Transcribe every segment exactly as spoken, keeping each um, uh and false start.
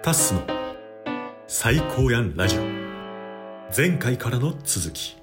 タッスの最高やんラジオ、前回からの続き。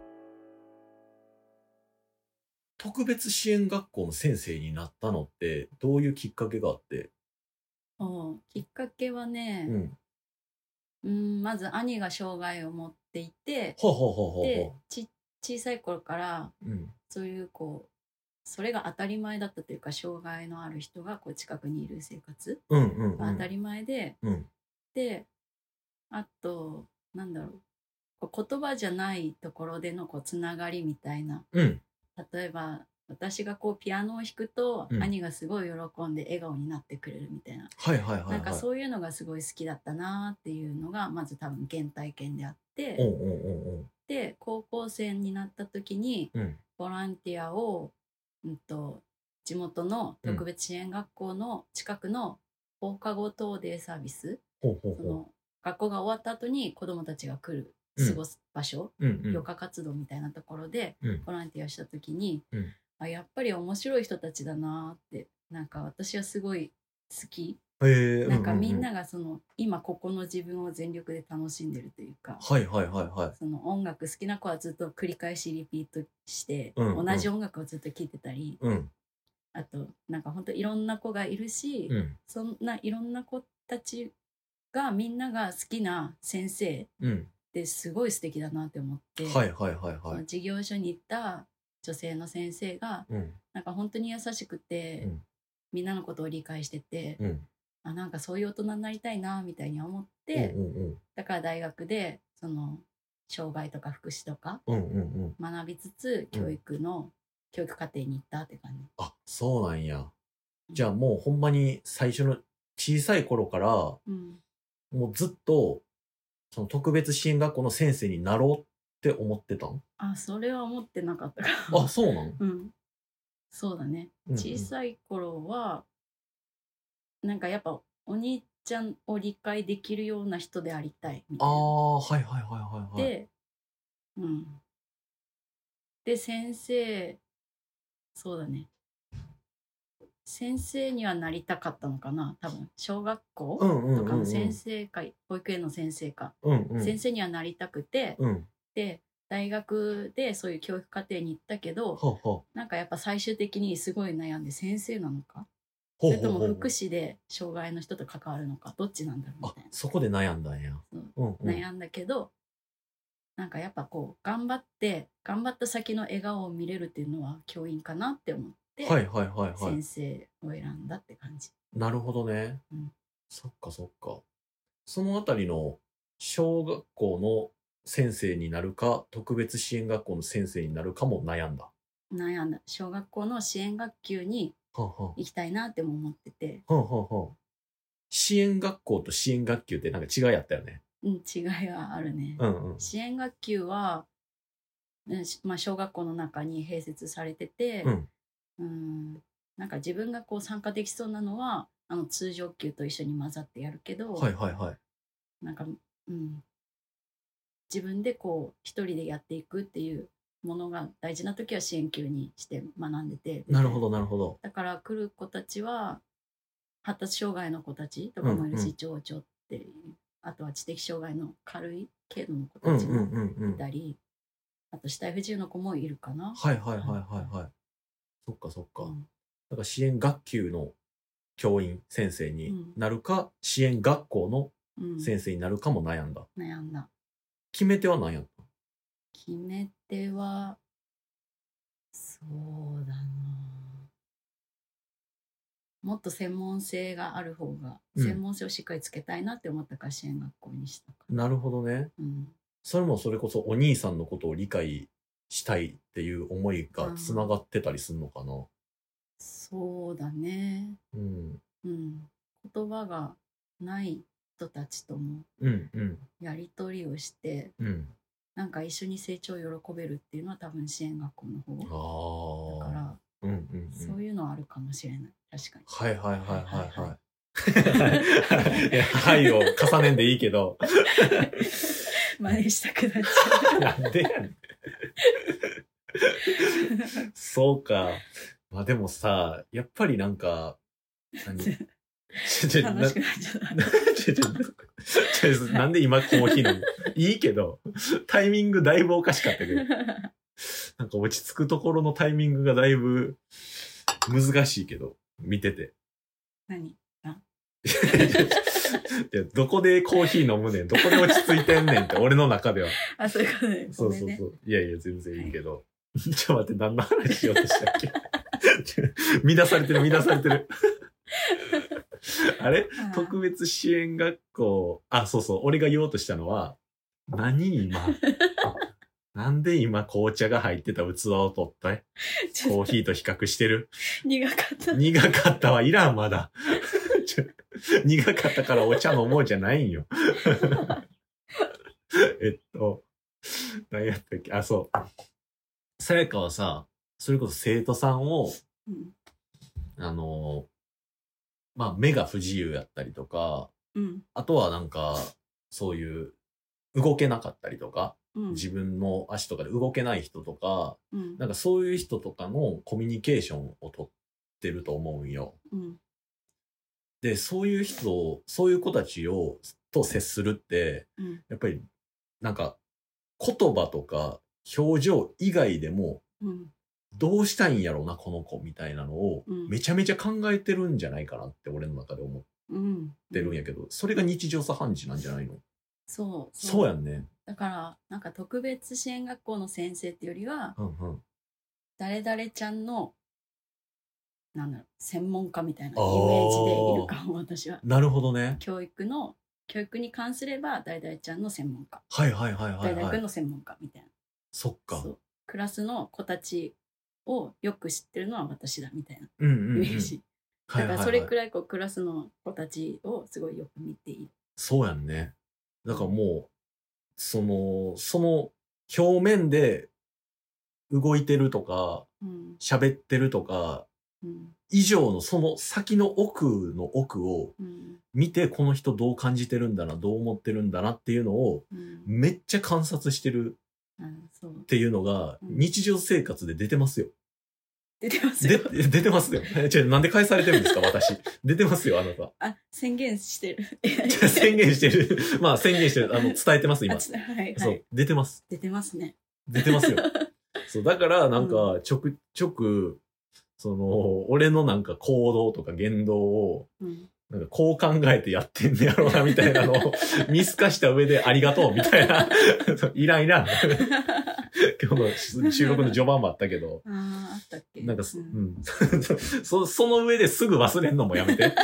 特別支援学校の先生になったのってどういうきっかけがあって？ おきっかけはね、 うんうんまず兄が障害を持っていて、 ほうほうほうほうでほち小さい頃からう。うんそういうこうそれが当たり前だったというか、障害のある人がこう近くにいる生活うんうんうんが当たり前で、 うんであとなんだろう、こう言葉じゃないところでのこうつながりみたいな、 うん例えば私がこうピアノを弾くと、 うん兄がすごい喜んで笑顔になってくれるみたいな、 はいはいはいはい。 なんかそういうのがすごい好きだったなっていうのがまず多分原体験であって、 おうおうおうおう。 で高校生になった時にうんボランティアを、うん、と地元の特別支援学校の近くの放課後等デイサービス、 ほうほうほその学校が終わった後に子どもたちが来るうん過ごす場所、 う。うんうん余暇活動みたいなところでうんボランティアした時に、 うんあやっぱり面白い人たちだなって、なんか私はすごい好き、 へえ。 なんかみんううながその今ここの自分を全力で楽しんでるというか、 はいはいはいはい。 その音楽好きな子はずっと繰り返しリピートして、 うんうん同じ音楽をずっと聴いてたり、 うんあとなんか本当いろんな子がいるし、 うんそんないろんな子たちがみんなが好きな先生うんってすごい素敵だなって思って、 はいはいはいそのはい。 事業所に行った女性の先生がうんなんか本当に優しくて、 うんみんなのことを理解してて、 うんあなんかそういう大人になりたいなみたいに思っうんて、 うんだから大学でその障害とか福祉とかうんうんうん。 学びつつ教育の、教育課程に行ったって感じ。 あ、そうなんや。じゃあもうほんまに最初の小さい頃からうん、 もうずっとその特別支援学校の先生になろうって思ってたん？ あそれは思ってなかったからあ、そうなん？ うんそうだね、 うんうん小さい頃はなんかやっぱお兄ちゃんを理解できるような人でありたいみたあいな。 あ、はいはいはいはいはい。 で、うん。で、先生、そうだね。先生にはなりたかったのかな、多分。小学校うんうんうんうんとかの先生か、保育園の先生か。 うんうん。 先生にはなりたくて、 うん。 で、大学でそういう教育課程に行ったけど、 ほうほう。 なんかやっぱ最終的にすごい悩んで、先生なのかほそうれともほうほう福祉で障害の人と関わるのか、どっちなんだろうみあたいな。、 そこで悩んだんや。 そううんうん。 悩んだけど、なんかやっぱこう頑張って頑張った先の笑顔を見れるっていうのは教員かなって思ってはいはいはいは先い。 生を選んだって感じ。 なるほどね。 うんそっかそっか。そのあたりの小学校の先生になるか、特別支援学校の先生になるかも悩んだ。 悩んだ。小学校の支援学級にはんはん。 行きたいなっても思ってて、 はんはんはん。支援学校と支援学級ってなんか違いやったよね。 うん、違いはあるね。 うんうん。 支援学級は、うんしまあ、小学校の中に併設されてて、 うん。 うんなんか自分がこう参加できそうなのはあの通常級と一緒に混ざってやるけど、 はいはいはい。 なんか、うん、自分でこう一人でやっていくっていうものが大事な時は支援級にして学んでて、 なるほどなるほど。 だから来る子たちは発達障害の子たちとかもいるし、 うんうん情緒っていう、あとは知的障害の軽い程度の子うんうんたちもうんうん。 いたり、あと肢体不自由の子もいるかな。 はいはいはいはいはい。そっかそっか。 うんだから支援学級の教員先生にうんなるか、支援学校のうん、 先生になるかも悩んだ。 悩んだ。 決め手は何やったの？ 決め手はそうだな、もっと専門性がある方が、 うん専門性をしっかりつけたいなって思ったから支援学校にしたかなるほどね。 ら、うん、 それもそれこそお兄さんのことを理解したいっていう思いがつながってたりするのかな。 そうだね、 うん。 うん、言葉がない人たちともうんうんやり取りをしてうん。 なんか一緒に成長を喜べるっていうのは多分支援学校の方ああ。 だから、 うんうんうん。 そういうのはあるかもしれない。確かに。 はいはいはいはいははいい。いや、はいを重ねんでいいけど。 真似したくなっちゃう。 なんでやねん。そうか。まあでもさ、やっぱりなんか、何ちょちょ楽しくなっちゃった。 ちょちょちょちょなんで今コーヒー飲むいいけど、タイミングだいぶおかしかったけど。なんか落ち着くところのタイミングがだいぶ難しいけど、見てて。 何あいやどこでコーヒー飲むねん、どこで落ち着いてんねんって、俺の中では。 あ、そういうことね。ごめんね。 そうそうそう。いやいや、全然いいけど。ちょっと待って、何の話しようとしたっけ乱されてる、乱されてる。あれあー特別支援学校。あ、そうそう。俺が言おうとしたのは、何今なんで今紅茶が入ってた器を取ったコーヒーと比較してる苦かった。 苦かったはいらん、まだ。ちょ苦かったからお茶飲もうじゃないんよ。えっと、何やったっけあ、そう。さやかはさ、それこそ生徒さんを、 うん。 あの、まあ、目が不自由やったりとか、 うん。 あとはなんか、そういう、動けなかったりとか、 うん。 自分の足とかで動けない人とか、 うん。 なんかそういう人とかのコミュニケーションをとってると思うんよ。 うん。 で、そういう人、そういう子たちを、と接するって、 うん。 やっぱり、なんか、言葉とか表情以外でも、 うん。 どうしたいんやろうな、この子みたいなのを、 うんめちゃめちゃ考えてるんじゃないかなって俺の中で思っうん。 てるんやけど、それが日常茶飯事なんじゃないの？ そう。 そうやんね。 だから、なんか特別支援学校の先生っていうよりは、 うんうん。 誰々ちゃんの、なんだろう、専門家みたいなイメージでいるかも、私は。 なるほどね。 教育の、教育に関すれば、誰々ちゃんの専門家。 はいはいはいはい、 誰々 はい。 君の専門家みたいな。 そっか。 そう。クラスの子たちをよく知ってるのは私だみたいなイうんうん、うん。 メージ。 はいはいはい。 だからそれくらいこうクラスの子たちをすごいよく見ている。 そうやんね。だからもう、その、その表面で動いてるとか、 うん。 喋ってるとか、 うん。 以上のその先の奥の奥をうん。 見て、この人どう感じてるんだな、どう思ってるんだなっていうのをうん。 めっちゃ観察してるうん、そう。 っていうのがうん日常生活で出てますよ。 出てますでよ。 出てますよ。え違う、なんで返されてるんですか、私。出てますよ、あなた。 あ、宣言してる。 宣言してる。まあ宣言してる。あの、伝えてます、今。 あちはいそうはい。、 出てます。 出てますね。 出てますよ。そう、だから、なんか、ちょくちょく、その、俺のなんか行動とか言動を、 うん。 なんかこう考えてやってんねやろうな、みたいなのを見透かした上でありがとう、みたいな。いらんいらん。今日の収録の序盤もあったけど、 ああ、あったっけなんかす、 ううんん。そ、その上ですぐ忘れんのもやめて。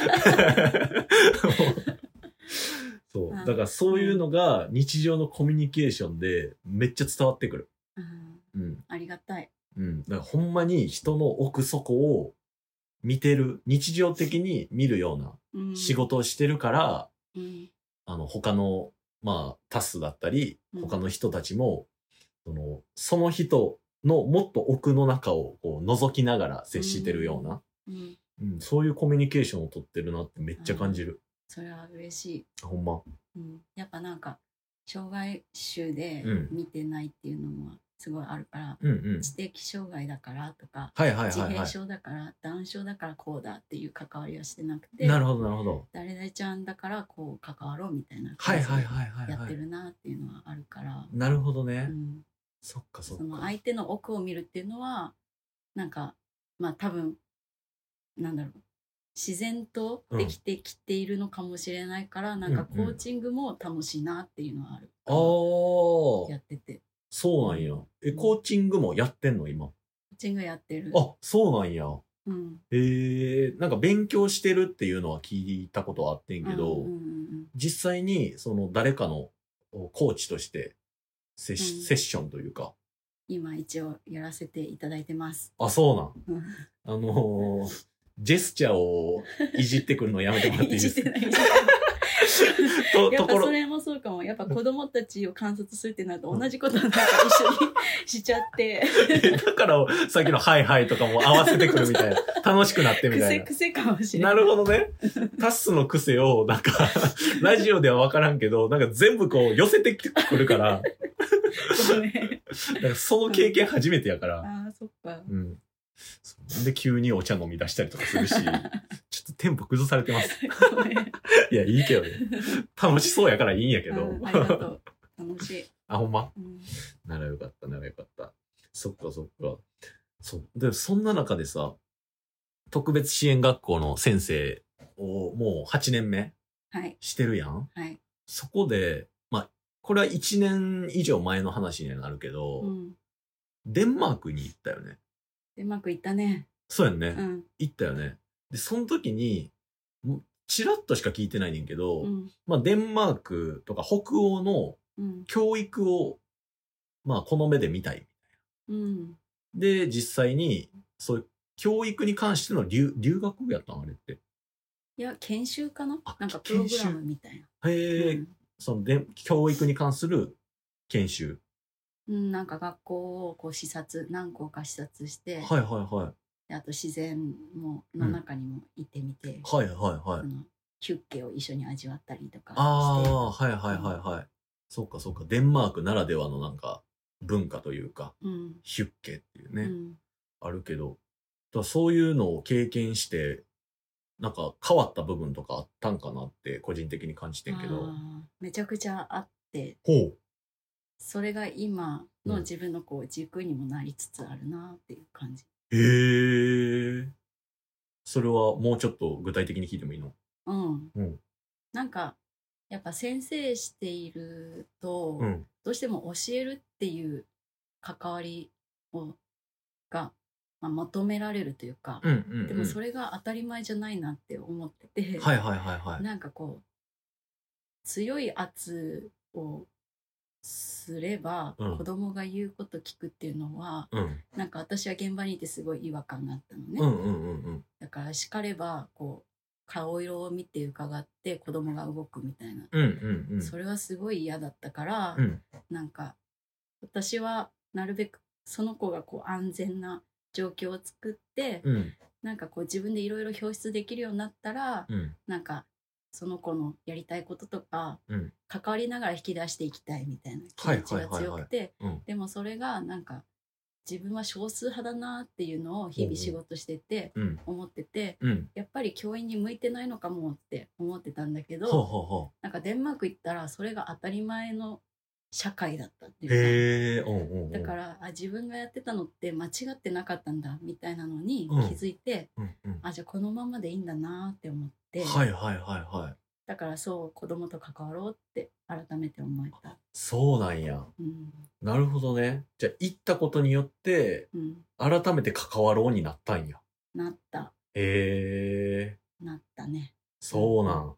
そう。だからそういうのが日常のコミュニケーションでめっちゃ伝わってくる。 うんうん。 ありがたい。 うん。だからほんまに人の奥底を見てる、日常的に見るようなうん仕事をしてるから、 うんあの、他の、まあ、タスだったり、 うん他の人たちも、その、その人のもっと奥の中をこう覗きながら接してるような、 うんうん、そういうコミュニケーションを取ってるなってめっちゃ感じる。 それは嬉しい。 ほんま。 うん、やっぱなんか障害種でうん見てないっていうのもすごいあるから、 うんうん。 知的障害だからとか、 はいはい自閉はいはい。 症だからダウン症だからこうだっていう関わりはしてなくて、 なるほどなるほど。 誰々ちゃんだからこう関わろうみたいなはいはい感じではいはい、 やってはい。 るなっていうのはあるから、 なるほどね。 うん、 そっかそっそのか。 相手の奥を見るっていうのはなんかまあ多分なんだろう自然とできてきているのかもしれないから、なんかコーチングも楽しいなっていうのはある、 ああ、 やっててそうなんや。え、コーチングもやってんの今。 コーチングやってる。 あ、そうなんや。 うん、 へえ、なんか勉強してるっていうのは聞いたことはあってんけど、 うんうんうん実際にその誰かのコーチとしてセッ,、 うんセッションというか。 今一応やらせていただいてます。 あ、そうなん。 うんあのー、ジェスチャーをいじってくるのやめてもらっていいですかいじってないいじってと、 ないやっところ、 ぱそれもそうかも。やっぱ子供たちを観察するってなると同じことなんか一緒にしちゃってだからさっきのはいはいとかも合わせてくるみたいな。楽しくなってみたいな。 癖癖かもしれな。 ないるほどね。タスの癖を、なんか、ラジオではわからんけど、なんか全部こう寄せてくるから、 ごめん。 なんかその経験初めてやから。 ああ、そっか。 うん。そうで、急にお茶飲み出したりとかするし、ちょっとテンポ崩されてます。 ごめん。 いや、いいけどね。楽しそうやからいいんやけど。 うん、ありがとう。楽しい。 あ、ほんま、 うん、 ならよかった、ならよかった。そっかそっか。そう。で、そんな中でさ、特別支援学校の先生をもうはちねんめはい。 してるやん。 はい。 そこで、まあ、これはいちねん以上前の話になるけど、 うん。 デンマークに行ったよね。 うまくいったね。 そうやんね。 うん。 行ったよね。で、その時に、もうチラッとしか聞いてないねんけど、 うん。 まあ、デンマークとか北欧のうん。 教育を、まあ、この目で見たい。 うん。 で、実際に、そういう教育に関しての留留学やったんあれって。 いや、研修かなあなんかプログラムみたいな。 へえ、 うんそので、教育に関する研修。 うん、なんか学校をこう視察、何校か視察して、 はいはいはい。 であと自然もの中にも行ってみて、 はいはいはいそ。のヒュッケを一緒に味わったりとかして。 ああ、はいはいはいはい。そうかそうか。デンマークならではのなんか文化というか、 うん。 ヒュッケっていうね、 うん。 あるけど、だからそういうのを経験して、なんか変わった部分とかあったんかなって個人的に感じてんけど。 あーめちゃくちゃあって、 ほう。 それが今の自分のこう軸にもなりつつあるなっていう感じ。 へえ。それはもうちょっと具体的に聞いてもいいの？ うん。 うん。 なんかやっぱ先生していると、 うん。 どうしても教えるっていう関わりをが、まあ、求められるというか、 うんうん、うん。 でもそれが当たり前じゃないなって思ってて、 はいはいはいはい。 なんかこう強い圧をすれば、 うん子供が言うこと聞くっていうのは、 うん。 なんか私は現場にいてすごい違和感があったのね、 うんうんうんうん。 だから叱ればこう顔色を見て伺って子供が動くみたいな、 うんうんうん。 それはすごい嫌だったから、 うん。 なんか私はなるべくその子がこう安全な状況を作って、 うん。 なんかこう自分でいろいろ表出できるようになったら、 うん。 なんかその子のやりたいこととかうん。 関わりながら引き出していきたいみたいな気持ちが強くて、 うん。 でもそれがなんか自分は少数派だなっていうのを日々仕事しててうん。 思ってて、 うん。 やっぱり教員に向いてないのかもって思ってたんだけど、 ほうほうほなんかデンマーク行ったらそれが当たり前の社会だったってう。 いうか、 へえ、うんうんうん。 だからあ自分がやってたのって間違ってなかったんだみたいなのにうん気づいて、 うんうん。 あじゃあこのままでいいんだなって思って、 はいはいはいはい。 だからそう子供と関わろうって改めて思えた。 そうなんや。 うんなるほどね。じゃあ行ったことによって、 うん、 改めて関わろうになったんや。 なったへえ、 なったね。 そうなん。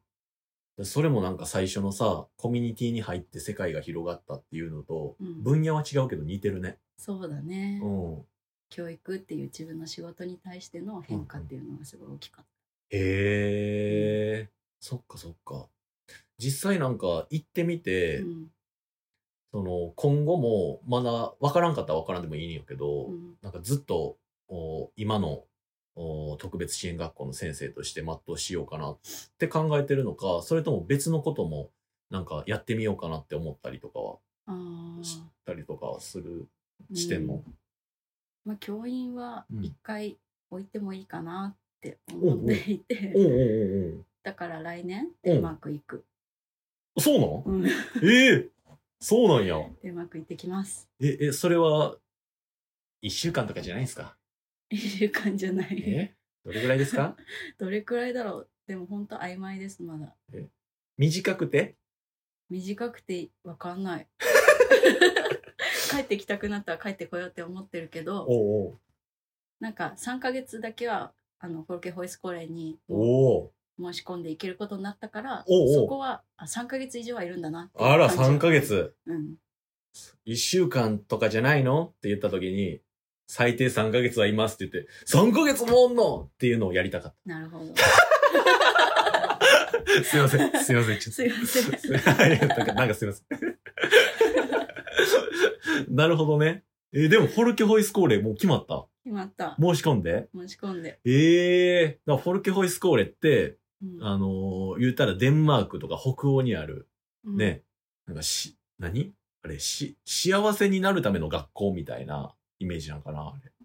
それもなんか最初のさ、コミュニティに入って世界が広がったっていうのと、 うん分野は違うけど似てるね。 そうだね、 うん。 教育っていう自分の仕事に対しての変化っていうのがすごい大きかっへえ、そっかそっか。実際なんか行ってみた。 て、 うんその今後もまだ分からんかったら分からんでもいいんやけど、 うんなんかずっとお今のお特別支援学校の先生として全うしようかなって考えてるのか、それとも別のこともなんかやってみようかなって思ったりとかはあしーたりとかはするうんしてんの？ まあ、教員はうん一回置いてもいいかなって思っていて、 おうおうおうだから来年デンマーク行く、 おう。そうなの？ うん、 ええ、そうなんや。 デンマーク行ってきます。 え、え、それは一週間とかじゃないですか？ いっしゅうかんじゃないえどれぐらいですか？ どれくらいだろう。でも本当曖昧ですまだ。 短くて？ 短くてわかんない帰ってきたくなったら帰ってこようって思ってるけど、 おうなんかさんかげつだけはあのフォルケホイスコーレにおう。おう。 申し込んで行けることになったから、 おうおうそこはあさんかげつ以上はいるんだなっていうあら、 感じ。 さんかげつ。 うん一週間とかじゃないのって言った時に、最低さんかげつはいますって言って、さんかげつもおんのっていうのをやりたかっなるほどた。すいません。すいません。ちょっと。 すいませんいやなんか、なんかすいません。なるほどね。えーでも、フォルケホイスコーレもう決まった？ 決まった申し込んで？ 申し込んで、 ええー。だからフォルケホイスコーレって、 うんあのー言うたらデンマークとか北欧にある、 うんね、なんかし、何あれ、し、幸せになるための学校みたいなイメージなんかなあれ。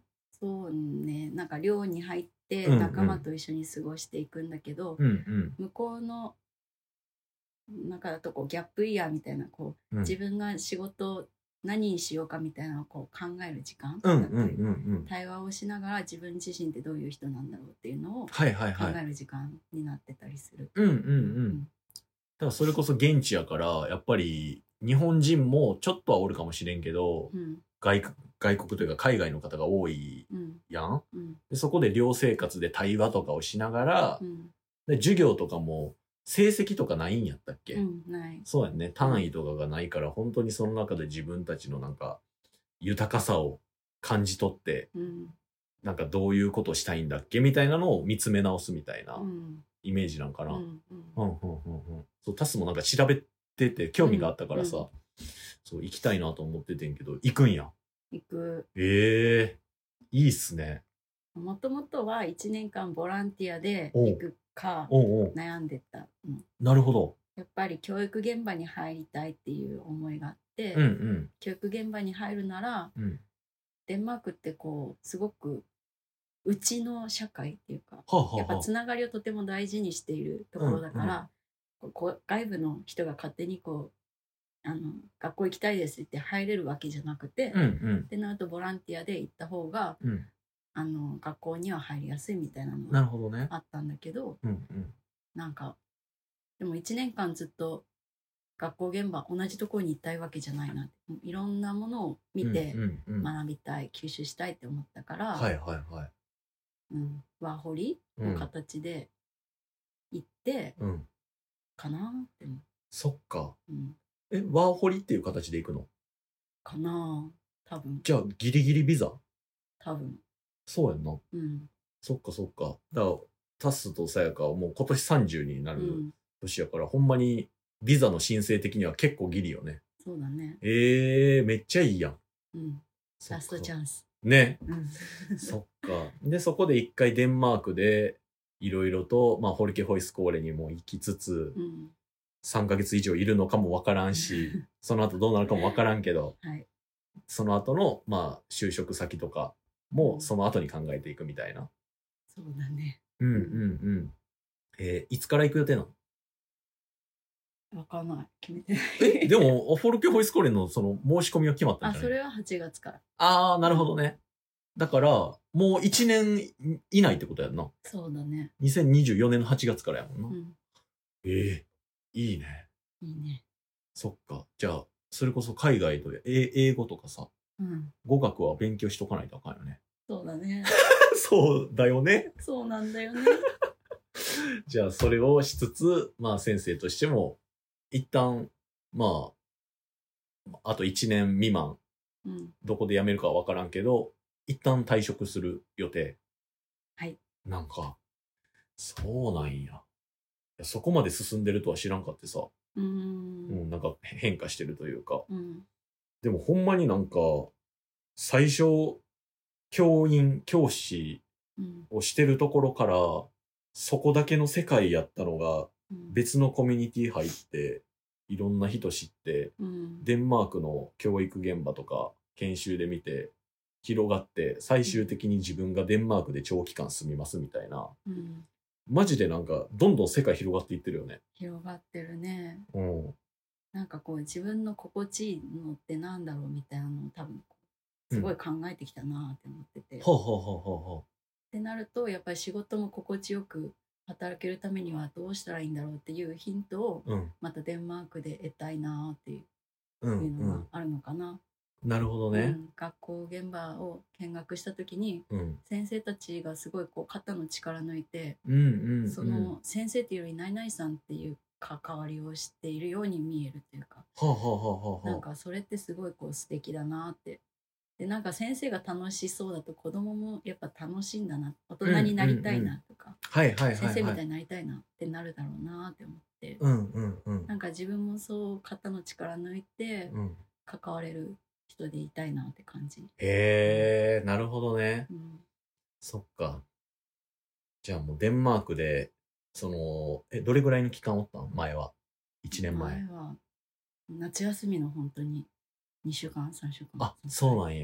そうね、なんか寮に入ってうんうん仲間と一緒に過ごしていくんだけど、 うんうん向こうの中だとこうギャップイヤーみたいなこう、 うん自分が仕事何にしようかみたいなのをこう考える時間うんだったり、 うんうんうん対話をしながら自分自身ってどういう人なんだろうっていうのを考はいはいはいえる時間になってたりする。 うんうんううんんだからそれこそ現地やからやっぱり日本人もちょっとはおるかもしれんけどうん外国外国というか海外の方が多いうんやんうんでそこで寮生活で対話とかをしながらうんで授業とかも成績とかないんやったっけ、 うんない。 そうやんね単位とかがないから本当にその中で自分たちのなんか豊かさを感じ取ってうんなんかどういうことをしたいんだっけみたいなのを見つめ直すみたいなうんイメージなんかな。 うんうんうんうんうんうん。そうタスもなんか調べてて興味があったからさ、 うんうんそう行きたいなと思っててんけど行くんや。 行く。 ええいいっすね。 もともとはいちねんかんボランティアで行くかおうおう悩んでたの。 なるほど。 やっぱり教育現場に入りたいっていう思いがあって、 うんうん教育現場に入るならうん。 デンマークってこうすごくうちの社会っていうか、 はあ、はあはあ、 やっぱつながりをとても大事にしているところだから、こうこう外部の人が勝手にこうあの学校行きたいですって言って入れるわけじゃなくて、 うんうんってなるとボランティアで行った方がうん。 あの学校には入りやすいみたいなのながるほどね。 あったんだけど、 うんうん。 なんかでもいちねんかんずっと学校現場同じところに行きたいわけじゃないなって、いろんなものを見てうんうんうん、 学びたい、吸収したいって思ったから、 はいはいはい。 うん、ワーホリの形で行ってうん。 かなって思う、 そっか。 うん、 え、ワーホリっていう形で行くの？ かな多分じゃあギリギリビザ？ 多分そうやんな。 うんそっかそっか。だからタスとさやかはもう今年さんじゅうになるうん年やから、ほんまにビザの申請的には結構ギリよね。 そうだね、 ええー、めっちゃいいやん。 うん、 そっかラストチャンス、 ね。 うん、 そっか。で、そこで一回デンマークでいろいろと、まあ、ホルケホイスコーレにも行きつつ、 うんさんかげつ以上いるのかもわからんし、その後どうなるかもわからんけど、 はい、 その後の、まあ、就職先とかもその後に考えていくみたいな。 そうだね、 うんうんうん。えーいつから行く予定なの？ わかんない、決めてないえ、でも、フォルケホイスコーレのその申し込みは決まったんじゃない？ あ、それははちがつから。 あー、なるほどね。だから、もういちねん以内ってことやんな。 そうだね、 にせんにじゅうよねんのはちがつからやもんな。 うん、 ええいいね。 いいね、 そっか。じゃあ、それこそ海外とえ英語とかさ、 うん、 語学は勉強しとかないとあかんよね。 そうだね、 そうだよね。 そうなんだよね、 じゃあ、それをしつつ、まあ先生としても、一旦、まあ、あといちねん未満、 うん、 どこで辞めるかはわからんけど、一旦退職する予定。 はい。 なんか、そうなんや。いやそこまで進んでるとは知らんかってさ、 うーうんん、なんか変化してるというか。 うんでもほんまになんか、最初、教員、教師うんをしてるところから、そこだけの世界やったのが、 うん別のコミュニティ入って、いろんな人知って、 うんデンマークの教育現場とか研修で見て、広がって、最終的に自分がデンマークで長期間住みますみたいな。 うんマジでなんか、どんどん世界広がっていってるよね。 広がってるね。 うん。 なんかこう自分の心地いいのってなんだろうみたいなのを多分すごい考えてきたなって思ってて、 はあ、はあはあはあ、 ってなるとやっぱり仕事も心地よく働けるためにはどうしたらいいんだろうっていうヒントをうん。 またデンマークで得たいなっていううん。 いうのがあるのかな、 なるほどうね。 ん、学校現場を見学した時にうん。 先生たちがすごいこう肩の力抜いて、 うんうん、うん。 その先生っていうより何々さんっていう関わりをしているように見えるというか、 はあ、はあはあはあ、 なんかそれってすごいこう素敵だなって。でなんか先生が楽しそうだと子供もやっぱ楽しいんだな、大人になりたいなとか、 はいはいはい、はい。 先生みたいになりたいなってなるだろうなって思って、 うんうんうん。 なんか自分もそう肩の力抜いてうん、 関われる人でいたいなって感じ。 へえ、なるほどね。 うんそっか。じゃあもうデンマークで、その、え、どれぐらいの期間おったん前は。いちねんまえ。 前は夏休みの本当ににしゅうかんさんしゅうかん。 あ、そうなんや。 うん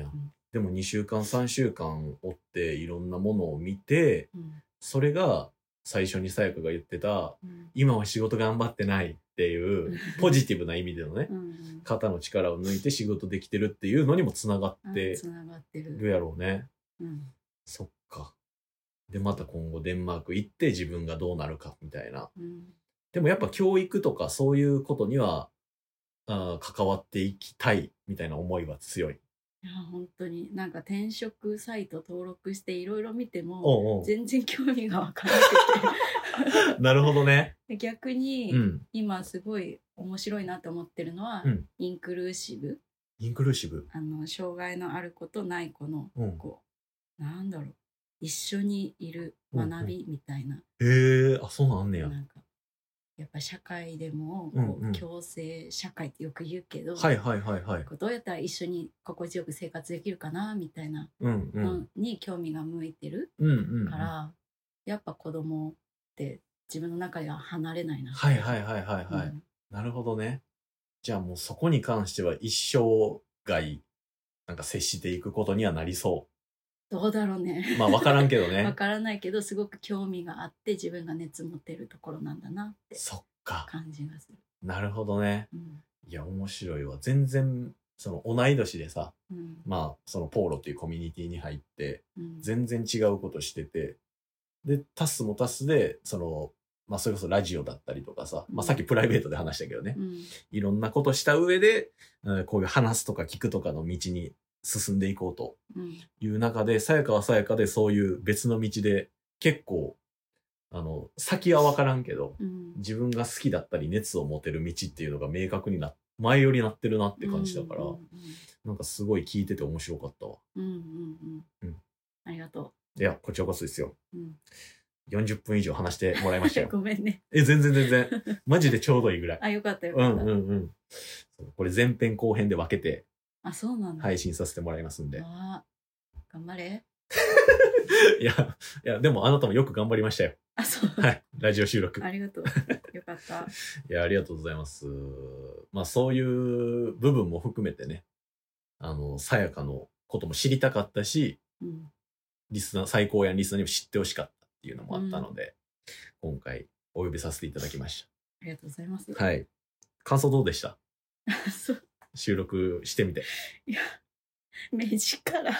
でもにしゅうかんさんしゅうかん追っていろんなものを見て、 うんそれが最初にさやかが言ってた、 うん今は仕事頑張ってないっていうポジティブな意味でのね、 うんうん肩の力を抜いて仕事できてるっていうのにもつながってつながってる。 るやろうね。 うんそっか。で、また今後デンマーク行って自分がどうなるかみたいな。 うんでもやっぱ教育とかそういうことには、あー関わっていきたいみたいな思いは強い。 いや本当になんか転職サイト登録していろいろ見てもおうおう全然興味がわからなくてなるほどね。 で逆にうん。 今すごい面白いなと思ってるのは、 うんインクルーシブ、 インクルーシブ。 あの障害のある子とない子のうん。 こうなんだろう一緒にいる学びみたいな、 へえ、あ、そうなんあんねや。 なんかやっぱ社会でもうんうんこう共生社会ってよく言うけど、 はいはいはいはい。 こうどうやったら一緒に心地よく生活できるかなみたいなうんうん。 のに興味が向いてるうんうんうん。 から、やっぱ子供って自分の中では離れないな。 はいはいはいはいはい。 うんなるほどね。じゃあもうそこに関しては一生涯、なんか接していくことにはなりそどうだろうね。 う。まあわからんけどわね。 からないけどすごく興味があって自分が熱持ってるところなんだなってそっか。 感じがする。 なるほどね。 うんいや、面白いわ。全然、その同い年でさ、 うんまあ、そのポーロっていうコミュニティに入って、 うん全然違うことしてて、で、タスもタスで、その、まあ、それこそラジオだったりとかさ、まあ、さっきプライベートで話したけどね、 うんいろんなことした上で、うんこういう話すとか聞くとかの道に進んでいこうとうんいう中で、さやかはさやかでそういう別の道で、結構、あの、先はわからんけど、 うん自分が好きだったり熱を持てる道っていうのが明確にな、前よりなってるなって感じだから、 うんなんかすごい聞いてて面白かったわ。 うんうんうんうんありがといや、こちらこそですよ。 う。うんよんじゅっぷん以上話してもらいましたよ。 ごめんね。 え、全然全然。マジでちょうどいいぐらい。 あよかったようんかった。 うんうん。そうこれ前編後編で分けてあそうなんだ。 配信させてもらいますんで。 あ頑張れ。 いや、いや、でもあなたもよく頑張りましたよ。 あそう。 はい。ラジオ収録。 ありがとう。よかった。 いや、ありがとうございます。まあそういう部分も含めてね、あの、さやかのことも知りたかったし、 うんリスナー、最高やリスナーにも知ってほしかったっていうのもあったので、今回お呼びさせていただきましありがとうございます。 た。はい。感想どうでした？ そう収録してみて。 いや目力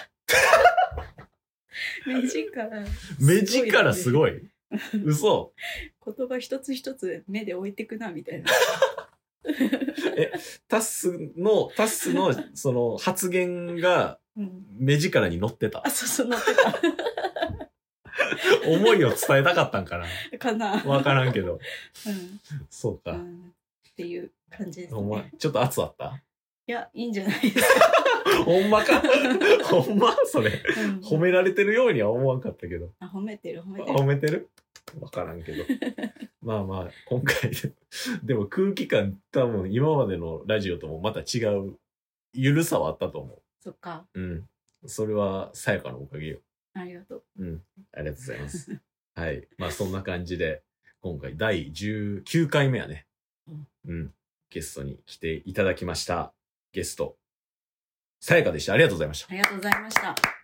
目力目力すいごい。嘘。 言葉一つ一つ目で置いてくなみたいな。 タスの、タスのその発言がうん、 目力に乗ってたあ。そうそう乗ってた思いを伝えたかったんかな。 かな。 わからんけど。 うんそうか。 うん、っていう感じですほんまね。、 ちょっと圧あったいやいいんじゃないですか。 ほんまかほんまそれ。 うん褒められてるようには思わんかったけど。 あ褒めてる褒めてる。 褒めてるわからんけど。まあまあ、今回で、でも空気感多分今までのラジオともまた違う、ゆるさはあったと思そっかう。うん。それはさやかのおかげよ。 ありがとう。 うん。ありがとうございます。はい。まあそんな感じで、今回だいじゅうきゅうかいめやね。 うんうん。ゲストに来ていただきました。ゲスト、さやかでした。ありがとうございました。 ありがとうございました。